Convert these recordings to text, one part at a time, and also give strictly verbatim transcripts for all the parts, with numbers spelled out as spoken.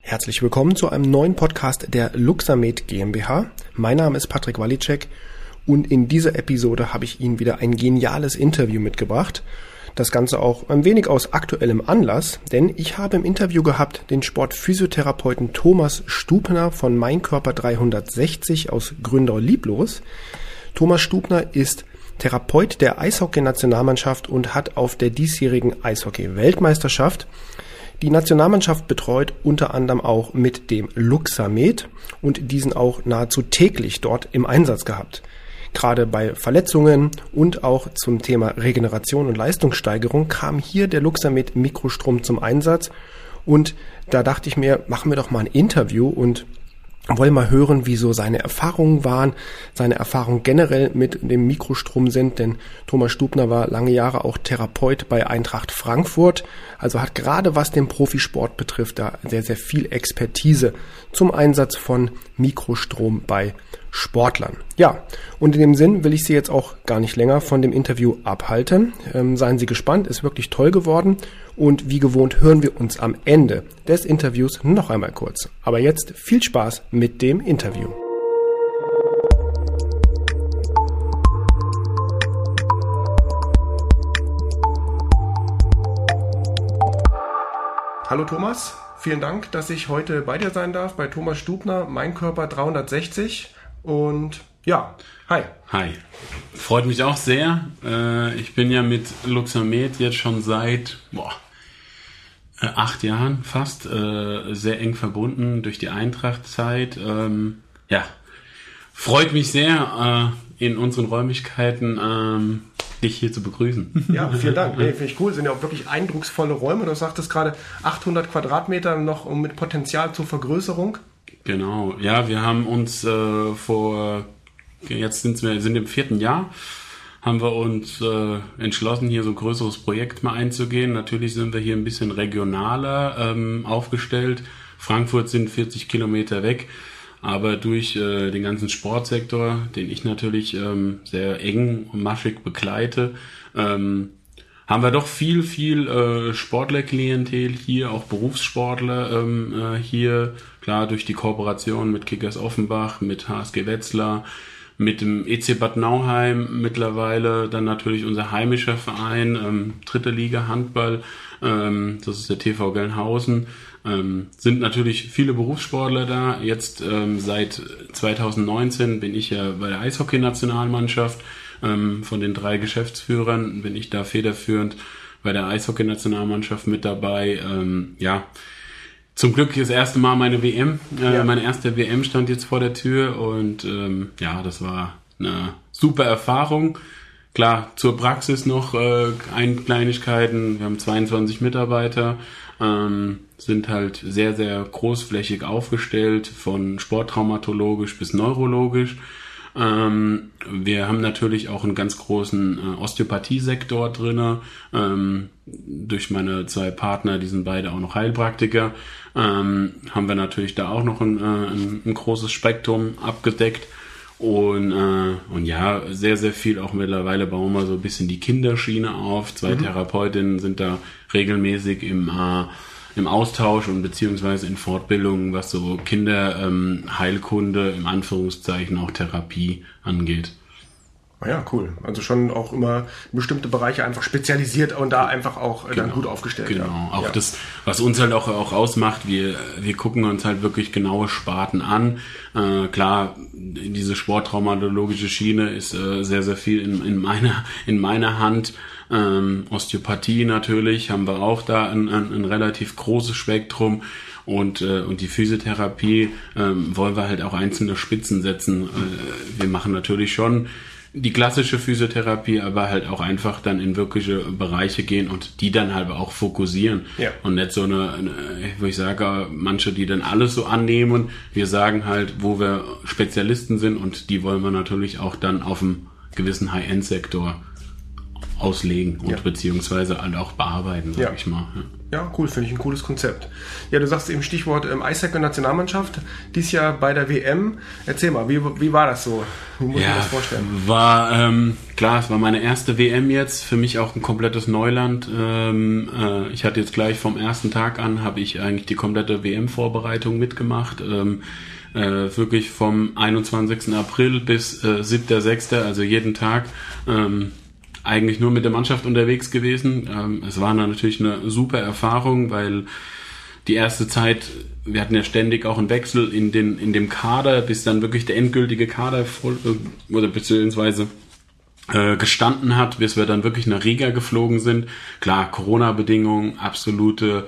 Herzlich willkommen zu einem neuen Podcast der Luxamed GmbH. Mein Name ist Patrick Walicek und in dieser Episode habe ich Ihnen wieder ein geniales Interview mitgebracht. Das Ganze auch ein wenig aus aktuellem Anlass, denn ich habe im Interview gehabt den Sportphysiotherapeuten Thomas Stubner von Mein Körper dreihundertsechzig aus Gründau-Lieblos. Thomas Stubner ist Therapeut der Eishockey-Nationalmannschaft und hat auf der diesjährigen Eishockey-Weltmeisterschaft die Nationalmannschaft betreut, unter anderem auch mit dem Luxamed und diesen auch nahezu täglich dort im Einsatz gehabt. Gerade bei Verletzungen und auch zum Thema Regeneration und Leistungssteigerung kam hier der Luxamed Mikrostrom zum Einsatz und da dachte ich mir, machen wir doch mal ein Interview und wollen mal hören, wie so seine Erfahrungen waren, seine Erfahrungen generell mit dem Mikrostrom sind, denn Thomas Stubner war lange Jahre auch Therapeut bei Eintracht Frankfurt, also hat gerade was den Profisport betrifft, da sehr, sehr viel Expertise zum Einsatz von Mikrostrom bei Sportlern. Ja, und in dem Sinn will ich Sie jetzt auch gar nicht länger von dem Interview abhalten. Ähm, seien Sie gespannt, ist wirklich toll geworden. Und wie gewohnt hören wir uns am Ende des Interviews noch einmal kurz. Aber jetzt viel Spaß mit dem Interview. Hallo Thomas, vielen Dank, dass ich heute bei dir sein darf, bei Thomas Stubner, Mein Körper dreihundertsechzig. Und ja, hi. Hi. Freut mich auch sehr. Äh, ich bin ja mit Luxamed jetzt schon seit boah, äh, acht Jahren fast äh, sehr eng verbunden durch die Eintracht-Zeit. Ähm, ja, freut mich sehr, äh, in unseren Räumlichkeiten ähm, dich hier zu begrüßen. Ja, vielen Dank. Nee, finde ich cool. Sind ja auch wirklich eindrucksvolle Räume. Du sagtest gerade achthundert Quadratmeter noch mit Potenzial zur Vergrößerung. Genau, ja, wir haben uns äh, vor, jetzt sind wir sind im vierten Jahr, haben wir uns äh, entschlossen, hier so ein größeres Projekt mal einzugehen. Natürlich sind wir hier ein bisschen regionaler ähm, aufgestellt. Frankfurt sind vierzig Kilometer weg, aber durch äh, den ganzen Sportsektor, den ich natürlich ähm, sehr eng und maschig begleite, ähm, haben wir doch viel, viel äh, Sportlerklientel hier, auch Berufssportler ähm, äh, hier. Klar, durch die Kooperation mit Kickers Offenbach, mit H S G Wetzlar, mit dem E C Bad Nauheim mittlerweile, dann natürlich unser heimischer Verein, ähm, dritte Liga Handball, ähm, das ist der T V Gelnhausen. Ähm, sind natürlich viele Berufssportler da. Jetzt ähm, seit zweitausendneunzehn bin ich ja bei der Eishockey-Nationalmannschaft. Ähm, von den drei Geschäftsführern bin ich da federführend bei der Eishockey-Nationalmannschaft mit dabei. Ähm, ja, zum Glück das erste Mal meine W M. Äh, ja. Meine erste W M stand jetzt vor der Tür und ähm, ja, das war eine super Erfahrung. Klar, zur Praxis noch äh, ein Kleinigkeiten. Wir haben zweiundzwanzig Mitarbeiter, ähm, sind halt sehr, sehr großflächig aufgestellt, von sporttraumatologisch bis neurologisch. Ähm, wir haben natürlich auch einen ganz großen äh, Osteopathie-Sektor drinne, ähm, durch meine zwei Partner, die sind beide auch noch Heilpraktiker, ähm, haben wir natürlich da auch noch ein, äh, ein, ein großes Spektrum abgedeckt und, äh, und ja, sehr, sehr viel auch mittlerweile bauen wir so ein bisschen die Kinderschiene auf. Zwei mhm. Therapeutinnen sind da regelmäßig im äh, im Austausch und beziehungsweise in Fortbildungen, was so Kinderheilkunde, ähm, im Anführungszeichen auch Therapie angeht. Ja, cool. Also schon auch immer bestimmte Bereiche einfach spezialisiert und da einfach auch genau, dann gut aufgestellt. Genau, ja. auch ja. das, was uns halt auch, auch ausmacht, wir, wir gucken uns halt wirklich genaue Sparten an. Äh, klar, diese sporttraumatologische Schiene ist äh, sehr, sehr viel in, in meiner, in meiner Hand. Ähm, Osteopathie natürlich, haben wir auch da ein, ein, ein relativ großes Spektrum und, äh, und die Physiotherapie ähm, wollen wir halt auch einzelne Spitzen setzen. Äh, wir machen natürlich schon die klassische Physiotherapie, aber halt auch einfach dann in wirkliche Bereiche gehen und die dann halt auch fokussieren. Ja. Und nicht so eine, eine, wo ich sage, manche, die dann alles so annehmen. Wir sagen halt, wo wir Spezialisten sind und die wollen wir natürlich auch dann auf einem gewissen High-End-Sektor auslegen und ja. beziehungsweise halt auch bearbeiten, sag ja. ich mal. Ja. Ja, cool, finde ich ein cooles Konzept. Ja, du sagst eben Stichwort ähm, Eishockey-Nationalmannschaft, dies Jahr bei der W M. Erzähl mal, wie, wie war das so? Wie muss ja, ich mir das vorstellen? War, ähm, klar, es war meine erste W M jetzt, für mich auch ein komplettes Neuland. Ähm, äh, ich hatte jetzt gleich vom ersten Tag an, habe ich eigentlich die komplette W M-Vorbereitung mitgemacht. Ähm, äh, wirklich vom einundzwanzigsten April bis äh, siebten sechsten, also jeden Tag. Ähm, eigentlich nur mit der Mannschaft unterwegs gewesen. Ähm, es war natürlich eine super Erfahrung, weil die erste Zeit, wir hatten ja ständig auch einen Wechsel in den in dem Kader, bis dann wirklich der endgültige Kader voll, oder beziehungsweise äh, gestanden hat, bis wir dann wirklich nach Riga geflogen sind. Klar, Corona-Bedingungen, absolute,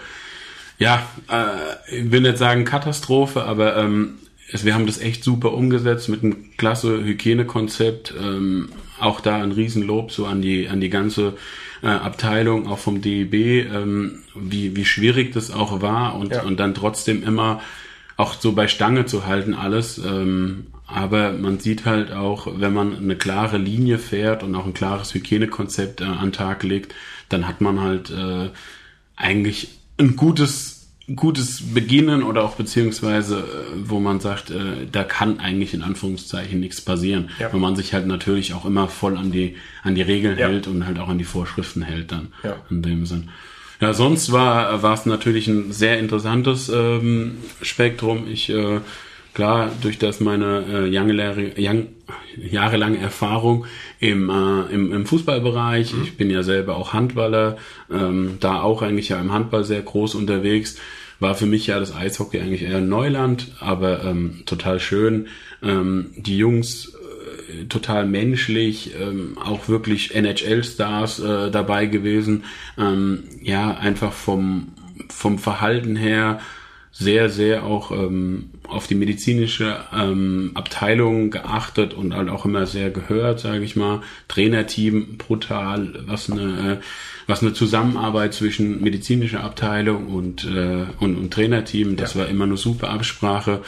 ja, äh, ich will nicht sagen Katastrophe, aber ähm, es, wir haben das echt super umgesetzt mit einem klasse Hygienekonzept. Ähm, auch da ein Riesenlob so an die an die ganze äh, Abteilung, auch vom D E B, ähm, wie wie schwierig das auch war und ja. und dann trotzdem immer auch so bei Stange zu halten alles. Ähm, aber man sieht halt auch, wenn man eine klare Linie fährt und auch ein klares Hygienekonzept äh, an den Tag legt, dann hat man halt äh, eigentlich ein gutes gutes Beginnen oder auch beziehungsweise, wo man sagt, äh, da kann eigentlich in Anführungszeichen nichts passieren, ja. wenn man sich halt natürlich auch immer voll an die an die Regeln ja. hält und halt auch an die Vorschriften hält dann ja. in dem Sinn. Ja, sonst war war es natürlich ein sehr interessantes ähm, Spektrum. Ich äh, klar, durch das meine äh, jahrelange, young, jahrelange Erfahrung im, äh, im, im Fußballbereich, mhm. ich bin ja selber auch Handballer, ähm, da auch eigentlich ja im Handball sehr groß unterwegs, war für mich ja das Eishockey eigentlich eher Neuland, aber ähm, total schön. Ähm, die Jungs äh, total menschlich, ähm, auch wirklich N H L-Stars äh, dabei gewesen. Ähm, ja, einfach vom, vom Verhalten her sehr, sehr auch ähm, auf die medizinische ähm, Abteilung geachtet und halt auch immer sehr gehört, sage ich mal. Trainerteam brutal, was eine äh, was eine Zusammenarbeit zwischen medizinischer Abteilung und äh, und, und Trainerteam, das ja. war immer eine super Absprache.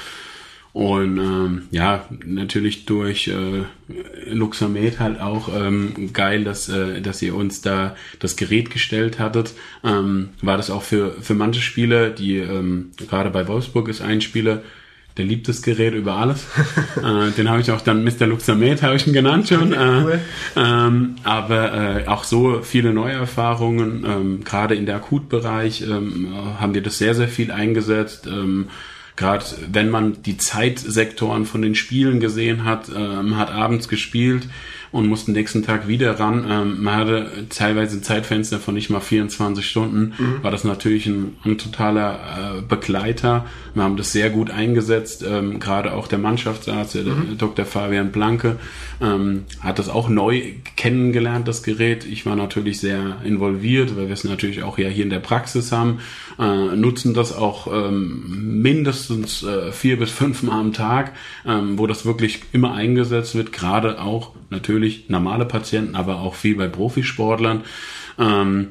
Und ähm, ja, natürlich durch äh, Luxamed halt auch ähm, geil, dass äh, dass ihr uns da das Gerät gestellt hattet. Ähm, war das auch für für manche Spieler, die ähm, gerade bei Wolfsburg ist ein Spieler, der liebt das Gerät über alles. äh, den habe ich auch dann Mister Luxamed, habe ich ihn genannt schon. Äh, cool. ähm, aber äh, auch so viele Neuerfahrungen, ähm, gerade in der Akutbereich ähm, haben wir das sehr, sehr viel eingesetzt. Ähm, Gerade wenn man die Zeitsektoren von den Spielen gesehen hat, ähm, hat abends gespielt und musste den nächsten Tag wieder ran. Ähm, man hatte teilweise ein Zeitfenster von nicht mal vierundzwanzig Stunden. Mhm. War das natürlich ein, ein totaler äh, Begleiter. Wir haben das sehr gut eingesetzt. Ähm, gerade auch der Mannschaftsarzt, der mhm. Doktor Fabian Blanke, ähm, hat das auch neu kennengelernt, das Gerät. Ich war natürlich sehr involviert, weil wir es natürlich auch ja hier in der Praxis haben. Äh, nutzen das auch ähm, mindestens äh, vier bis fünf Mal am Tag, ähm, wo das wirklich immer eingesetzt wird, gerade auch natürlich normale Patienten, aber auch viel bei Profisportlern. Ähm,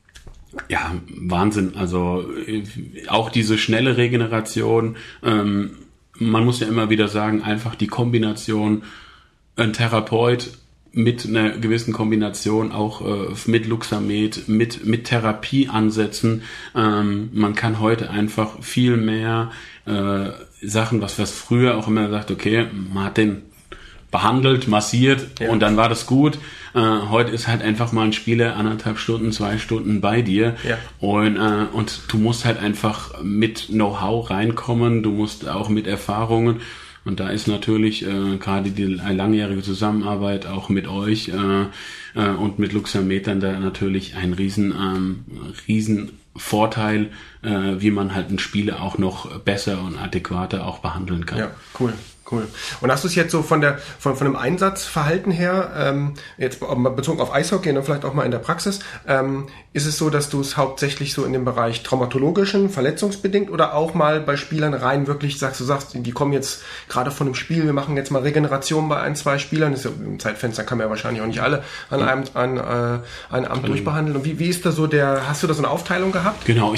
ja, Wahnsinn. Also äh, auch diese schnelle Regeneration. Ähm, man muss ja immer wieder sagen, einfach die Kombination, ein Therapeut mit einer gewissen Kombination auch äh, mit Luxamed, mit mit Therapieansätzen. Ähm, man kann heute einfach viel mehr äh, Sachen, was was früher auch immer sagt, okay, man hat den behandelt, massiert ja. und dann war das gut. Äh, heute ist halt einfach mal ein Spieler anderthalb Stunden, zwei Stunden bei dir ja. und äh, und du musst halt einfach mit Know-how reinkommen, du musst auch mit Erfahrungen. Und da ist natürlich äh, gerade die langjährige Zusammenarbeit auch mit euch äh, äh, und mit Luxamed dann da natürlich ein riesen, ähm, riesen Vorteil, äh, wie man halt einen Spieler auch noch besser und adäquater auch behandeln kann. Ja, cool. Cool. Und hast du es jetzt so von der von von dem Einsatzverhalten her, ähm, jetzt bezogen auf Eishockey und vielleicht auch mal in der Praxis, ähm, ist es so, dass du es hauptsächlich so in dem Bereich traumatologischen, verletzungsbedingt oder auch mal bei Spielern rein wirklich sagst, du sagst, die kommen jetzt gerade von einem Spiel, wir machen jetzt mal Regeneration bei ein, zwei Spielern, das ist ja, im Zeitfenster kann man ja wahrscheinlich auch nicht alle an einem an, äh, einem Amt durchbehandeln. Und wie, wie ist da so der, hast du da so eine Aufteilung gehabt? Genau, ich hatte das auch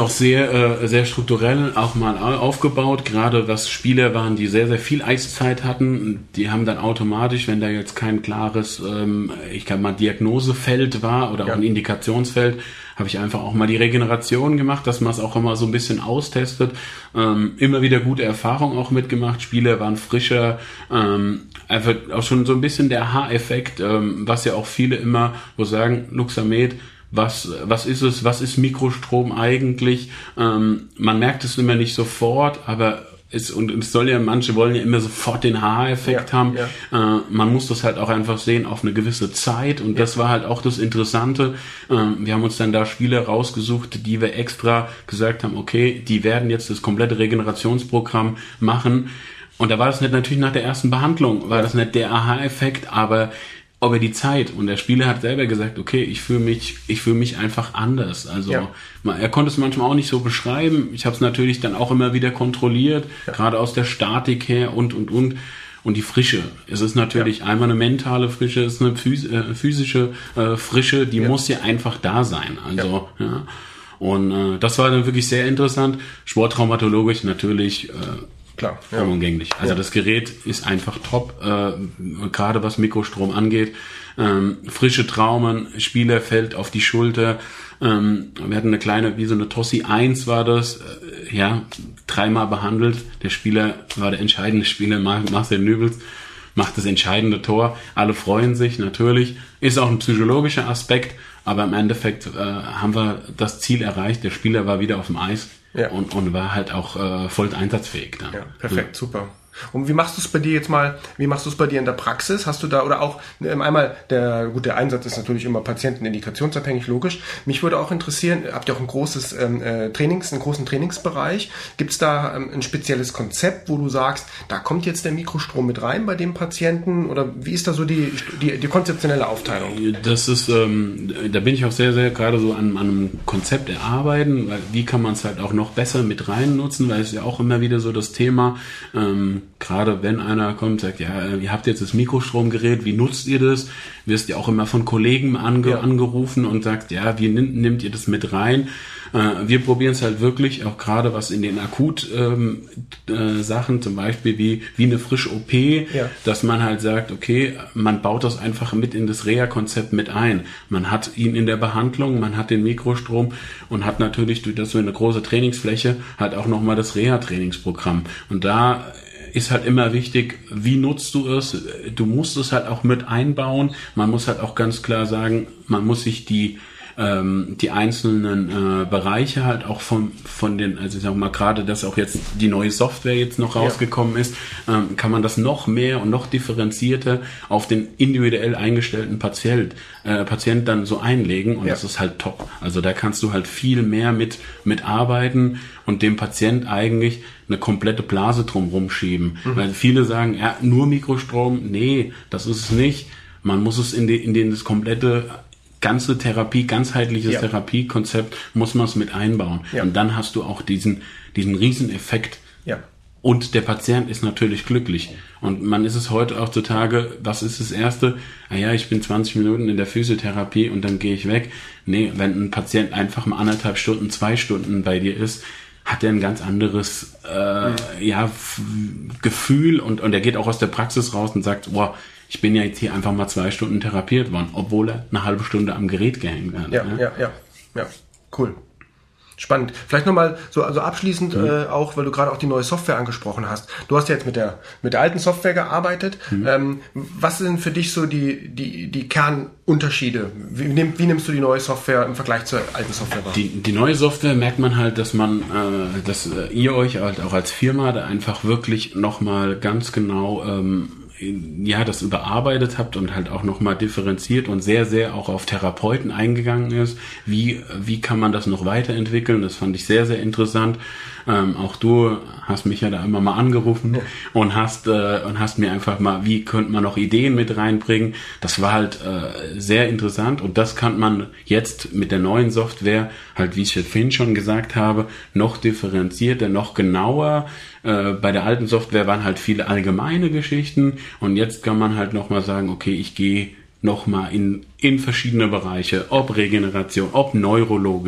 auch sehr, äh, sehr strukturell auch mal aufgebaut, gerade was Spieler waren, die sehr, sehr viel Eiszeit hatten. Die haben dann automatisch, wenn da jetzt kein klares, ähm, ich kann mal Diagnosefeld war oder ja. auch ein Indikationsfeld, habe ich einfach auch mal die Regeneration gemacht, dass man es auch immer so ein bisschen austestet. Ähm, immer wieder gute Erfahrungen auch mitgemacht. Spieler waren frischer, ähm, einfach auch schon so ein bisschen der Aha-Effekt, ähm, was ja auch viele immer wo sagen, Luxamed, was was ist es, was ist Mikrostrom eigentlich? Ähm, man merkt es immer nicht sofort, aber es, und es soll ja, manche wollen ja immer sofort den Aha-Effekt ja, haben. Ja. Äh, man muss das halt auch einfach sehen auf eine gewisse Zeit und ja. das war halt auch das Interessante. Ähm, wir haben uns dann da Spieler rausgesucht, die wir extra gesagt haben, okay, die werden jetzt das komplette Regenerationsprogramm machen. Und da war das nicht natürlich nach der ersten Behandlung, war das nicht der Aha-Effekt, aber über die Zeit. Und der Spieler hat selber gesagt, okay, ich fühle mich, ich fühle mich einfach anders. Also ja. er konnte es manchmal auch nicht so beschreiben. Ich habe es natürlich dann auch immer wieder kontrolliert, ja. gerade aus der Statik her und und und. Und die Frische. Es ist natürlich ja. einmal eine mentale Frische, es ist eine phys- äh, physische äh, Frische, die ja. muss ja einfach da sein. Also ja. ja. Und äh, das war dann wirklich sehr interessant. Sporttraumatologisch natürlich. Äh, Klar, ja. unumgänglich. Also ja. das Gerät ist einfach top, äh, gerade was Mikrostrom angeht. Ähm, frische Traumen, Spieler fällt auf die Schulter. Ähm, wir hatten eine kleine, wie so eine Tossi eins war das, äh, ja, dreimal behandelt. Der Spieler war der entscheidende Spieler, Marcel Nübels, macht das entscheidende Tor. Alle freuen sich natürlich. Ist auch ein psychologischer Aspekt, aber im Endeffekt äh, haben wir das Ziel erreicht. Der Spieler war wieder auf dem Eis. Ja. Und, und war halt auch äh, voll einsatzfähig dann. Ja, perfekt, ja. super. Und wie machst du es bei dir jetzt mal, wie machst du es bei dir in der Praxis? Hast du da, oder auch ähm, einmal, der gut, der Einsatz ist natürlich immer patientenindikationsabhängig, logisch. Mich würde auch interessieren, habt ihr auch ein großes ähm, äh, Trainings, einen großen Trainingsbereich? Gibt es da ähm, ein spezielles Konzept, wo du sagst, da kommt jetzt der Mikrostrom mit rein bei dem Patienten? Oder wie ist da so die, die, die konzeptionelle Aufteilung? Das ist, ähm, da bin ich auch sehr, sehr gerade so an, an einem Konzept erarbeiten, weil wie kann man es halt auch noch besser mit rein nutzen, weil es ja auch immer wieder so das Thema, ähm, gerade wenn einer kommt und sagt, ja, ihr habt jetzt das Mikrostromgerät, wie nutzt ihr das? Wirst ja auch immer von Kollegen ange- ja. angerufen und sagt, ja, wie nimmt, nimmt ihr das mit rein? Äh, wir probieren es halt wirklich, auch gerade was in den Akut-Sachen, ähm, äh, zum Beispiel wie, wie eine Frisch-O P, ja. dass man halt sagt, okay, man baut das einfach mit in das Reha-Konzept mit ein. Man hat ihn in der Behandlung, man hat den Mikrostrom und hat natürlich durch das so eine große Trainingsfläche halt auch nochmal das Reha-Trainingsprogramm. Und da ist halt immer wichtig, wie nutzt du es? Du musst es halt auch mit einbauen. Man muss halt auch ganz klar sagen, man muss sich die ähm, die einzelnen äh, Bereiche halt auch von von den, also ich sag mal gerade, dass auch jetzt die neue Software jetzt noch rausgekommen ja. ist, ähm, kann man das noch mehr und noch differenzierter auf den individuell eingestellten Patient äh, Patient dann so einlegen und ja. das ist halt top. Also da kannst du halt viel mehr mit mit arbeiten und dem Patient eigentlich eine komplette Blase drumherum schieben. Mhm. Weil viele sagen, ja, nur Mikrostrom, nee, das ist es nicht. Man muss es in, die, in den das komplette ganze Therapie, ganzheitliches ja. Therapiekonzept muss man es mit einbauen. Ja. Und dann hast du auch diesen, diesen Rieseneffekt. Ja. Und der Patient ist natürlich glücklich. Und man ist es heute auch zutage, was ist das Erste? Ah ja, ich bin zwanzig Minuten in der Physiotherapie und dann gehe ich weg. Nee, wenn ein Patient einfach mal anderthalb Stunden, zwei Stunden bei dir ist, hat er ein ganz anderes äh, mhm. ja, F- Gefühl und, und er geht auch aus der Praxis raus und sagt, boah, ich bin ja jetzt hier einfach mal zwei Stunden therapiert worden, obwohl er eine halbe Stunde am Gerät gehängt hat. Ja, ne? ja, ja, ja, cool. Spannend. Vielleicht nochmal so also abschließend mhm. äh, auch, weil du gerade auch die neue Software angesprochen hast. Du hast ja jetzt mit der mit der alten Software gearbeitet. Mhm. Ähm, was sind für dich so die die die Kernunterschiede? Wie, nimm, wie nimmst du die neue Software im Vergleich zur alten Software wahr? Die, die neue Software merkt man halt, dass man, äh, dass äh, ihr euch halt auch als Firma da einfach wirklich nochmal ganz genau ähm, ja, das überarbeitet habt und halt auch nochmal differenziert und sehr, sehr auch auf Therapeuten eingegangen ist. Wie, wie kann man das noch weiterentwickeln? Das fand ich sehr, sehr interessant. Ähm, auch du hast mich ja da immer mal angerufen ja. und hast äh, und hast mir einfach mal, wie könnte man noch Ideen mit reinbringen? Das war halt äh, sehr interessant und das kann man jetzt mit der neuen Software halt, wie ich vorhin schon gesagt habe, noch differenzierter, noch genauer. Äh, bei der alten Software waren halt viele allgemeine Geschichten und jetzt kann man halt nochmal sagen, okay, ich gehe nochmal in, in verschiedene Bereiche, ob Regeneration, ob neurologisch,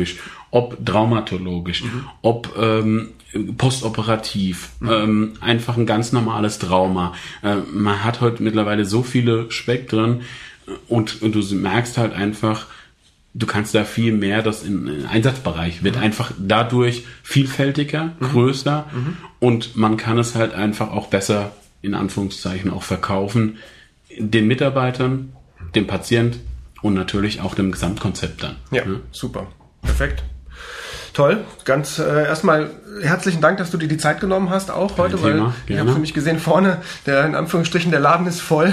ob traumatologisch, mhm. ob ähm, postoperativ, mhm. ähm, einfach ein ganz normales Trauma. Äh, man hat heute mittlerweile so viele Spektren und, und du merkst halt einfach, du kannst da viel mehr, das in, in Einsatzbereich wird mhm. einfach dadurch vielfältiger, mhm. größer mhm. und man kann es halt einfach auch besser, in Anführungszeichen, auch verkaufen, den Mitarbeitern, dem Patient und natürlich auch dem Gesamtkonzept dann. Ja, ja. Super. Perfekt. Toll. Ganz äh, erstmal herzlichen Dank, dass du dir die Zeit genommen hast, auch heute, Kein weil Thema, ich habe für mich gesehen, vorne, der in Anführungsstrichen, der Laden ist voll.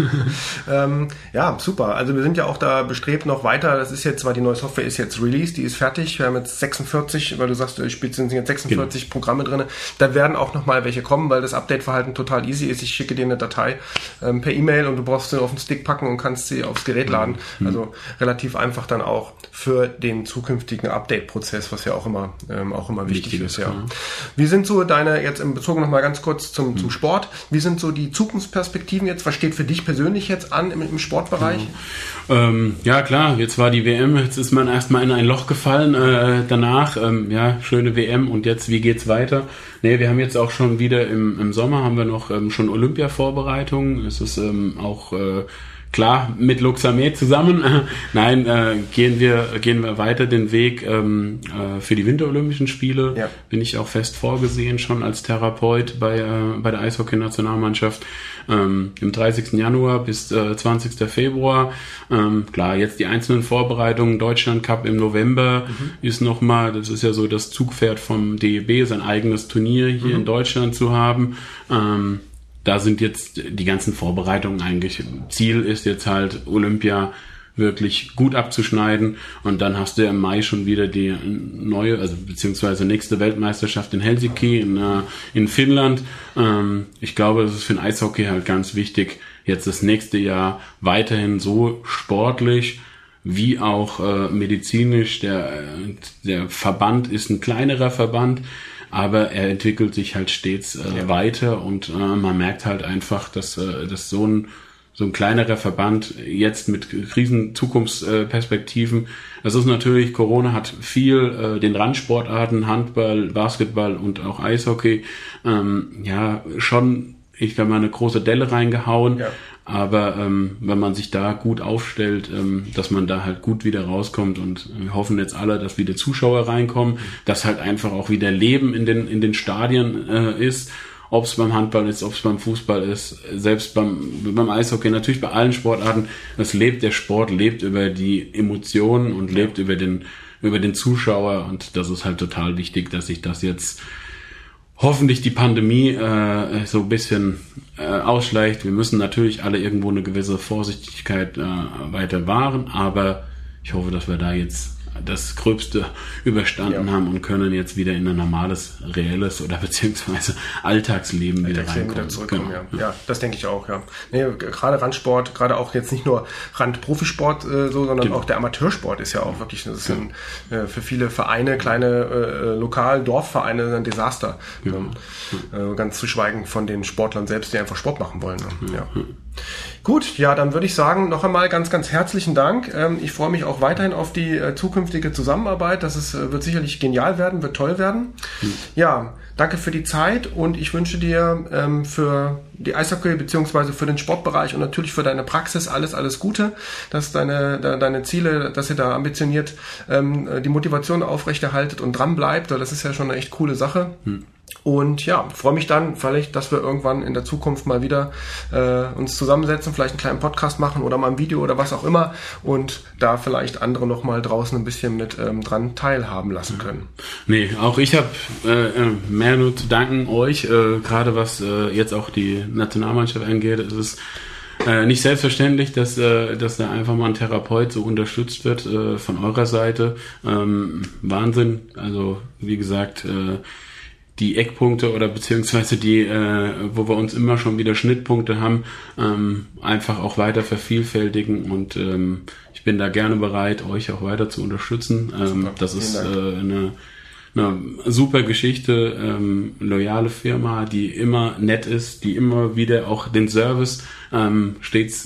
Ja. ähm, ja, super. Also wir sind ja auch da bestrebt noch weiter. Das ist jetzt, weil die neue Software ist jetzt released, die ist fertig. Wir haben jetzt sechsundvierzig, weil du sagst, ich spiele sind jetzt sechsundvierzig genau. Programme drin. Da werden auch noch mal welche kommen, weil das Update-Verhalten total easy ist. Ich schicke dir eine Datei ähm, per E-Mail und du brauchst sie auf den Stick packen und kannst sie aufs Gerät laden. Mhm. Also relativ einfach dann auch für den zukünftigen Update-Prozess, was ja auch immer ähm, auch immer wichtig, wichtig ist. Ja. Ja. Wie sind so deine, jetzt in Bezug noch mal ganz kurz zum, zum Sport, wie sind so die Zukunftsperspektiven jetzt? Was steht für dich persönlich jetzt an im, im Sportbereich? Ja. Ähm, ja klar, jetzt war die W M, jetzt ist man erstmal in ein Loch gefallen, äh, danach, ähm, ja, schöne W M und jetzt, wie geht's weiter? Nee, wir haben jetzt auch schon wieder im, im Sommer haben wir noch ähm, schon Olympia-Vorbereitungen, es ist ähm, auch äh, klar, mit Luxamed zusammen. Nein, äh, gehen wir gehen wir weiter den Weg ähm, äh, für die Winterolympischen Spiele. Ja. Bin ich auch fest vorgesehen schon als Therapeut bei äh, bei der Eishockey-Nationalmannschaft ähm, im dreißigsten Januar bis äh, zwanzigsten Februar. Ähm, klar, jetzt die einzelnen Vorbereitungen. Deutschland Cup im November mhm. ist nochmal, das ist ja so das Zugpferd vom D E B, sein eigenes Turnier hier mhm. in Deutschland zu haben. Ähm, Da sind jetzt die ganzen Vorbereitungen eigentlich. Ziel ist jetzt halt, Olympia wirklich gut abzuschneiden und dann hast du im Mai schon wieder die neue, also beziehungsweise nächste Weltmeisterschaft in Helsinki in, äh, in Finnland. Ähm, ich glaube, das ist für den Eishockey halt ganz wichtig, jetzt das nächste Jahr weiterhin so sportlich wie auch äh, medizinisch. Der, der Verband ist ein kleinerer Verband, aber er entwickelt sich halt stets äh, ja. weiter und äh, man merkt halt einfach, dass, äh, dass so ein so ein kleinerer Verband jetzt mit riesen Zukunftsperspektiven, das ist natürlich, Corona hat viel äh, den Randsportarten, Handball, Basketball und auch Eishockey, ähm, ja, schon, ich glaube mal, eine große Delle reingehauen. Ja. Aber ähm, wenn man sich da gut aufstellt, ähm, dass man da halt gut wieder rauskommt und wir hoffen jetzt alle, dass wieder Zuschauer reinkommen, dass halt einfach auch wieder Leben in den in den Stadien äh, ist, ob es beim Handball ist, ob es beim Fußball ist, selbst beim beim Eishockey, natürlich bei allen Sportarten. Es lebt, der Sport lebt über die Emotionen und lebt über den über den Zuschauer und das ist halt total wichtig, dass sich das jetzt hoffentlich die Pandemie äh, so ein bisschen äh, ausschleicht. Wir müssen natürlich alle irgendwo eine gewisse Vorsichtigkeit äh, weiter wahren, aber ich hoffe, dass wir da jetzt das Gröbste überstanden ja. haben und können jetzt wieder in ein normales, reelles oder beziehungweise Alltagsleben, Alltagsleben wieder reinkommen. Wieder zurückkommen, genau. ja. ja, das denke ich auch, ja. Nee, gerade Randsport, gerade auch jetzt nicht nur Randprofisport äh, so, sondern genau. auch der Amateursport ist ja auch wirklich, das ist ja. ein, äh, für viele Vereine, kleine äh, Lokal-, Dorfvereine ein Desaster. Ja. Ähm, äh, ganz zu schweigen von den Sportlern selbst, die einfach Sport machen wollen. Ne? Ja. Ja. Gut, ja, dann würde ich sagen, noch einmal ganz, ganz herzlichen Dank. Ähm, ich freue mich auch weiterhin auf die äh, zukünftige Zusammenarbeit. Das ist, äh, wird sicherlich genial werden, wird toll werden. Mhm. Ja, danke für die Zeit und ich wünsche dir ähm, für die Eishockey beziehungsweise für den Sportbereich und natürlich für deine Praxis alles, alles Gute, dass deine, de, deine Ziele, dass ihr da ambitioniert ähm, die Motivation aufrechterhaltet und dran bleibt, weil das ist ja schon eine echt coole Sache. Mhm. Und ja, freue mich dann vielleicht, dass wir irgendwann in der Zukunft mal wieder äh, uns zusammensetzen, vielleicht einen kleinen Podcast machen oder mal ein Video oder was auch immer und da vielleicht andere noch mal draußen ein bisschen mit ähm, dran teilhaben lassen können. Nee, auch ich habe äh, mehr nur zu danken euch, äh, gerade was äh, jetzt auch die Nationalmannschaft angeht. Es ist Äh, nicht selbstverständlich, dass, äh, dass da einfach mal ein Therapeut so unterstützt wird äh, von eurer Seite. Ähm, Wahnsinn. Also wie gesagt, äh, die Eckpunkte oder beziehungsweise die, äh, wo wir uns immer schon wieder Schnittpunkte haben, ähm, einfach auch weiter vervielfältigen und ähm, ich bin da gerne bereit, euch auch weiter zu unterstützen. Ähm, das ist äh, eine eine super Geschichte, ähm, loyale Firma, die immer nett ist, die immer wieder auch den Service ähm, stets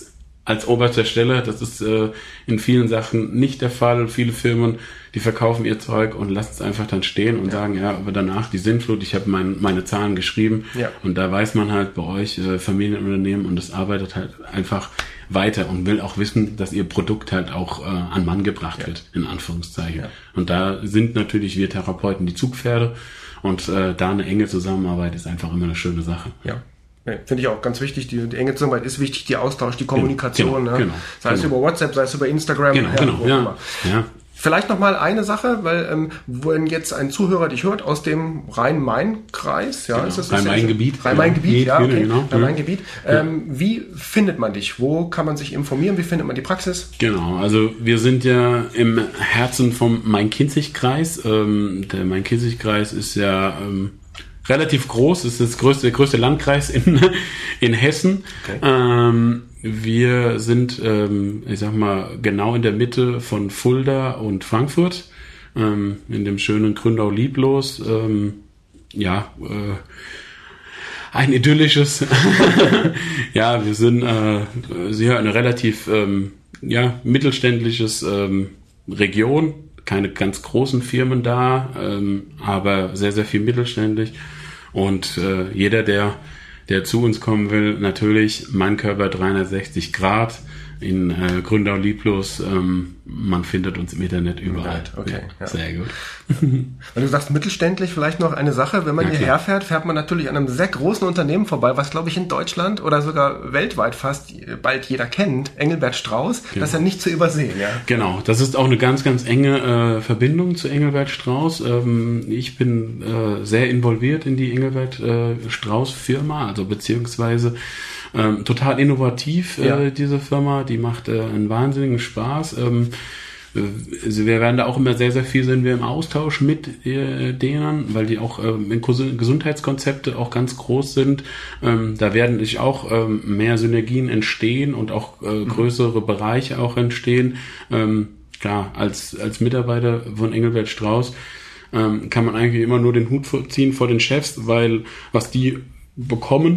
als oberster Stelle. Das ist äh, in vielen Sachen nicht der Fall. Viele Firmen, die verkaufen ihr Zeug und lassen es einfach dann stehen und ja. sagen, ja, aber danach die Sinnflut, ich habe mein, meine Zahlen geschrieben. Ja. Und da weiß man halt bei euch, äh, Familienunternehmen, und das arbeitet halt einfach weiter und will auch wissen, dass ihr Produkt halt auch äh, an Mann gebracht ja. wird, in Anführungszeichen. Ja. Und da sind natürlich wir Therapeuten die Zugpferde, und äh, da eine enge Zusammenarbeit ist einfach immer eine schöne Sache. Ja. Ja, finde ich auch ganz wichtig. Die, die enge Zusammenarbeit ist wichtig, die Austausch, die Kommunikation. Genau, ne? genau, sei es genau. über WhatsApp, sei es über Instagram. Genau, ja, genau, ja, ja. Vielleicht noch mal eine Sache, weil ähm, wenn jetzt ein Zuhörer dich hört aus dem Rhein-Main-Kreis, ja, genau. ist das Rhein-Main-Gebiet, Rhein-Main-Gebiet, ja, okay. genau. Rhein-Main-Gebiet. Ähm, wie findet man dich? Wo kann man sich informieren? Wie findet man die Praxis? Genau, also wir sind ja im Herzen vom Main-Kinzig-Kreis. Ähm, der Main-Kinzig-Kreis ist ja ähm, relativ groß, ist das größte, der größte Landkreis in, in Hessen. Okay. Ähm, wir sind, ähm, ich sag mal, genau in der Mitte von Fulda und Frankfurt, ähm, in dem schönen Gründau-Lieblos. Ähm, ja, äh, ein idyllisches, ja, wir sind äh, sehr eine relativ ähm, ja, mittelständisches ähm, Region. Keine ganz großen Firmen da, ähm, aber sehr, sehr viel mittelständisch. Und äh, jeder, der der zu uns kommen will, natürlich Mein Körper dreihundertsechzig Grad in äh, Gründau-Lieblos. Ähm, man findet uns im Internet überall. Okay, ja. Sehr gut. Wenn du sagst mittelständlich, vielleicht noch eine Sache. Wenn man ja, hierher fährt, fährt man natürlich an einem sehr großen Unternehmen vorbei, was, glaube ich, in Deutschland oder sogar weltweit fast bald jeder kennt. Engelbert Strauß. Genau. Das ist ja nicht zu übersehen. Ja. Genau, das ist auch eine ganz, ganz enge äh, Verbindung zu Engelbert Strauß. Ähm, ich bin äh, sehr involviert in die Engelbert äh, Strauß Firma, also beziehungsweise Ähm, total innovativ, äh, ja. diese Firma, die macht äh, einen wahnsinnigen Spaß. Ähm, äh, wir werden da auch immer sehr, sehr viel sind wir im Austausch mit äh, denen, weil die auch ähm, in Gesundheitskonzepte auch ganz groß sind. Ähm, da werden sich auch ähm, mehr Synergien entstehen und auch äh, größere mhm. Bereiche auch entstehen. Ähm, klar, als, als Mitarbeiter von Engelbert Strauß ähm, kann man eigentlich immer nur den Hut ziehen vor den Chefs, weil was die bekommen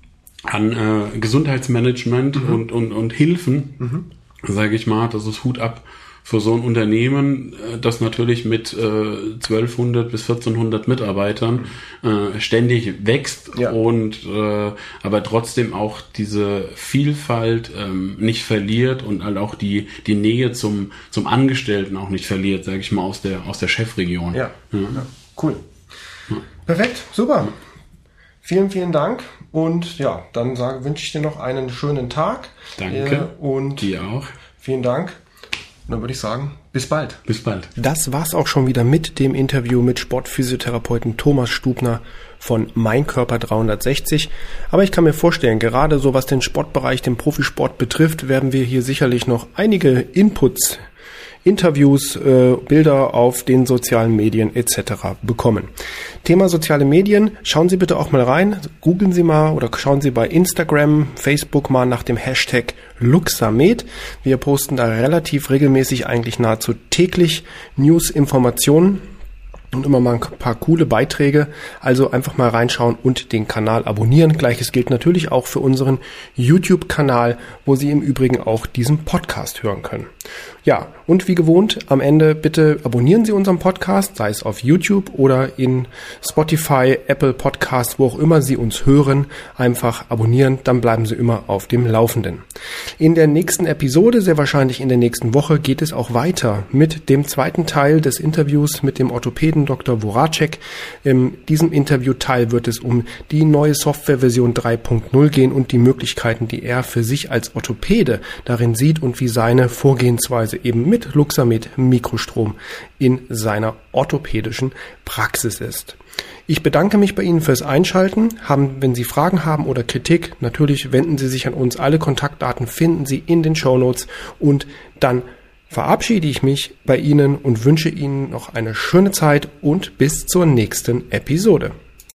an äh, Gesundheitsmanagement mhm. und, und, und Hilfen, mhm. sage ich mal, das ist Hut ab für so ein Unternehmen, äh, das natürlich mit äh, zwölfhundert bis vierzehnhundert Mitarbeitern äh, ständig wächst ja. und äh, aber trotzdem auch diese Vielfalt ähm, nicht verliert und halt auch die die Nähe zum zum Angestellten auch nicht verliert, sage ich mal, aus der aus der Chefregion. Ja, ja. ja. Cool. Ja. Perfekt, super. Vielen, vielen Dank. Und ja, dann sage, wünsche ich dir noch einen schönen Tag. Danke. Äh, und dir auch. Vielen Dank. Und dann würde ich sagen, bis bald. Bis bald. Das war's auch schon wieder mit dem Interview mit Sportphysiotherapeuten Thomas Stubner von Mein Körper dreihundertsechzig. Aber ich kann mir vorstellen, gerade so was den Sportbereich, den Profisport betrifft, werden wir hier sicherlich noch einige Inputs, Interviews, äh, Bilder auf den sozialen Medien et cetera bekommen. Thema soziale Medien, schauen Sie bitte auch mal rein, googeln Sie mal oder schauen Sie bei Instagram, Facebook mal nach dem Hashtag Luxamed. Wir posten da relativ regelmäßig, eigentlich nahezu täglich News, Informationen und immer mal ein paar coole Beiträge. Also einfach mal reinschauen und den Kanal abonnieren. Gleiches gilt natürlich auch für unseren YouTube-Kanal, wo Sie im Übrigen auch diesen Podcast hören können. Ja, und wie gewohnt, am Ende bitte abonnieren Sie unseren Podcast, sei es auf YouTube oder in Spotify, Apple Podcasts, wo auch immer Sie uns hören. Einfach abonnieren, dann bleiben Sie immer auf dem Laufenden. In der nächsten Episode, sehr wahrscheinlich in der nächsten Woche, geht es auch weiter mit dem zweiten Teil des Interviews mit dem Orthopäden Doktor Voracek. In diesem Interviewteil wird es um die neue Softwareversion drei Punkt null gehen und die Möglichkeiten, die er für sich als Orthopäde darin sieht und wie seine Vorgehensweise eben mit Luxamed Mikrostrom in seiner orthopädischen Praxis ist. Ich bedanke mich bei Ihnen fürs Einschalten. Haben, wenn Sie Fragen haben oder Kritik, natürlich wenden Sie sich an uns. Alle Kontaktdaten finden Sie in den Shownotes und dann verabschiede ich mich bei Ihnen und wünsche Ihnen noch eine schöne Zeit und bis zur nächsten Episode.